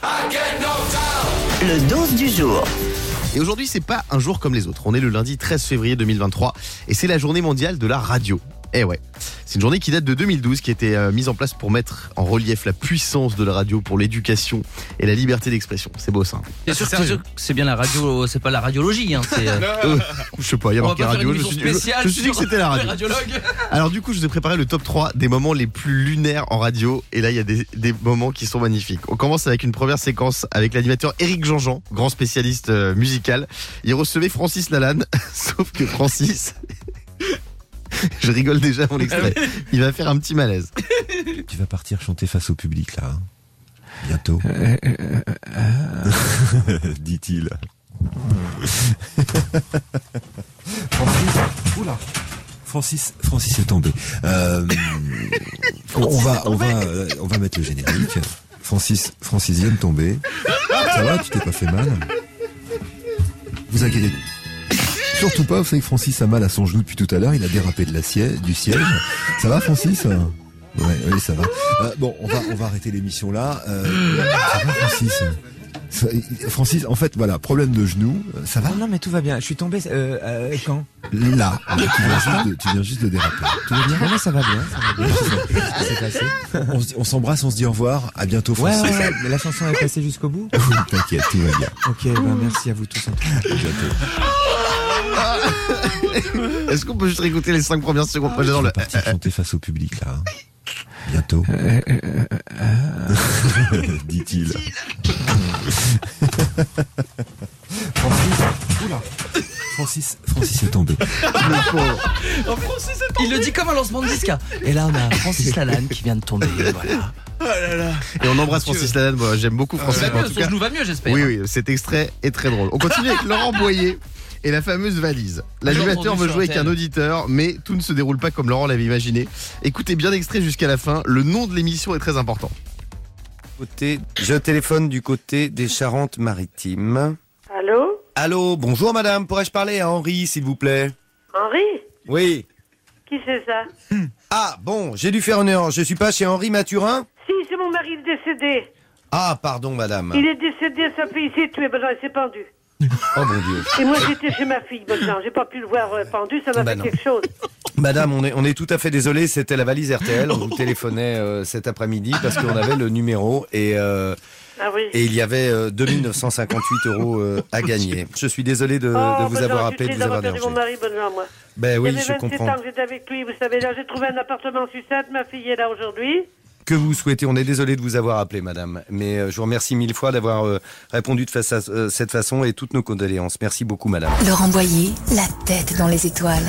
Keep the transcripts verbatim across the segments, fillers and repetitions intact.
Le dose du jour. Et aujourd'hui, c'est pas un jour comme les autres. On est le lundi treize février deux mille vingt-trois et c'est la journée mondiale de la radio. Eh ouais, c'est une journée qui date de deux mille douze, qui a été euh, mise en place pour mettre en relief la puissance de la radio pour l'éducation et la liberté d'expression. C'est beau ça. C'est sûr, c'est sûr que c'est bien la radio, c'est pas la radiologie. Hein, c'est, euh... euh, je sais pas, il y a On va marqué pas faire radio. une Je me suis, émission je, je spéciale me suis dit que sur c'était la radio. les radiologues. Alors du coup, je vous ai préparé le top trois des moments les plus lunaires en radio. Et là, il y a des, des moments qui sont magnifiques. On commence avec une première séquence avec l'animateur Éric Jean-Jean, grand spécialiste euh, musical. Il recevait Francis Lalanne, sauf que Francis... Je rigole déjà à mon extrait. Il va faire un petit malaise. Tu vas partir chanter face au public là, hein. Bientôt. Dit-il. Francis, oula. Francis, Francis est tombé. Euh, on va, on va, euh, on va mettre le générique. Francis, Francis vient de tomber. Ça va, tu t'es pas fait mal? Vous inquiétez surtout pas, vous savez que Francis a mal à son genou depuis tout à l'heure, il a dérapé de la siège, du siège. Ça va Francis? Ouais, oui, ça va. Euh, bon, on va, on va arrêter l'émission là. Euh, ça va Francis? Ça, Francis, en fait, voilà, problème de genou, ça va? Non, non, mais tout va bien. Je suis tombé euh, euh, quand? Là, tu viens, juste de, tu viens juste de déraper. Tout va bien? Non, non, ça va bien, ça va bien. Qu'est-ce qui s'est passé? On, on s'embrasse, on se dit au revoir, à bientôt Francis. Ouais, ouais, ouais, mais la chanson est passée jusqu'au bout? Oui, t'inquiète, tout va bien. Ok, ben merci à vous tous en tout cas. À bientôt. Est-ce qu'on peut juste réécouter les cinq premières secondes? Moi, j'adore le... partir chanter face au public là, hein. Bientôt. Dit-il. Francis, oula. Francis, Francis est tombé. Oh, Francis est tombé. Il le dit comme un lancement de disque. Et là, on a Francis Lalanne qui vient de tomber. Voilà. Oh là là. Et on embrasse Francis Lalanne. Moi, j'aime beaucoup Francis. Ça va en mieux, tout son cas. genou va mieux, j'espère. Oui, oui, cet extrait est très drôle. On continue avec Laurent Boyer et la fameuse valise. L'animateur veut jouer avec un auditeur, mais tout ne se déroule pas comme Laurent l'avait imaginé. Écoutez bien l'extrait jusqu'à la fin. Le nom de l'émission est très important. Je téléphone du côté des Charentes-Maritimes. Allô? Allô, bonjour madame, pourrais-je parler à Henri s'il vous plaît? Henri? Oui. Qui c'est ça? Ah bon, j'ai dû faire une erreur, je suis pas chez Henri Mathurin? Si, c'est mon mari décédé. Ah pardon madame. Il est décédé, sa fille s'est tuée, ben non, elle s'est pendue. Oh mon Dieu. Et moi j'étais chez ma fille, ben non, j'ai pas pu le voir euh, pendu, ça m'a Bah fait non. quelque chose. Madame, on est, on est tout à fait désolé, c'était la valise R T L, on vous téléphonait euh, cet après-midi parce qu'on avait le numéro et... Euh, Ah oui. Et il y avait euh, deux mille neuf cent cinquante-huit euros euh, à gagner. Je suis désolé de, Oh, de vous ben avoir non, appelé, de j'étais vous avoir d'avoir perdu dérangé. mon mari, ben non, moi. Ben oui, Il y je avait vingt-sept comprends. ans que j'étais avec lui, vous savez, là j'ai trouvé un appartement sucette, ma fille est là aujourd'hui. Que vous souhaitez, on est désolé de vous avoir appelé, madame. Mais euh, je vous remercie mille fois d'avoir euh, répondu de face à, euh, cette façon et toutes nos condoléances. Merci beaucoup, madame. Laurent Boyer, la tête dans les étoiles.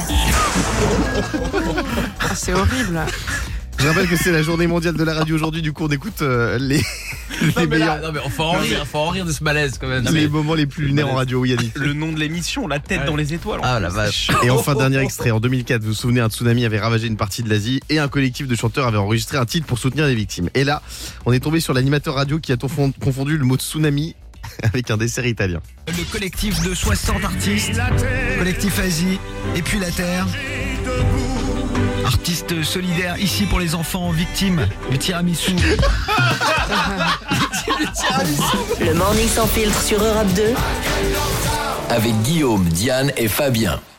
Ah, c'est horrible. Je rappelle que c'est la journée mondiale de la radio aujourd'hui. Du coup, on écoute euh, les, les Non mais, meilleurs, là, non mais on faut en rire, faut en rire de ce malaise quand même. Non, les mais- moments les plus lunaires en radio. Oui, Yannick. Le nom de l'émission, la tête Ouais. dans les étoiles. Ah la vache. Et enfin, dernier extrait. En deux mille quatre, vous vous souvenez, un tsunami avait ravagé une partie de l'Asie et un collectif de chanteurs avait enregistré un titre pour soutenir les victimes. Et là, on est tombé sur l'animateur radio qui a confond- confondu le mot tsunami avec un dessert italien. Le collectif de soixante artistes, collectif Asie, et puis la Terre. Artistes solidaires ici pour les enfants victimes du tiramisu. Le Morning sans filtre sur Europe deux. Avec Guillaume, Diane et Fabien.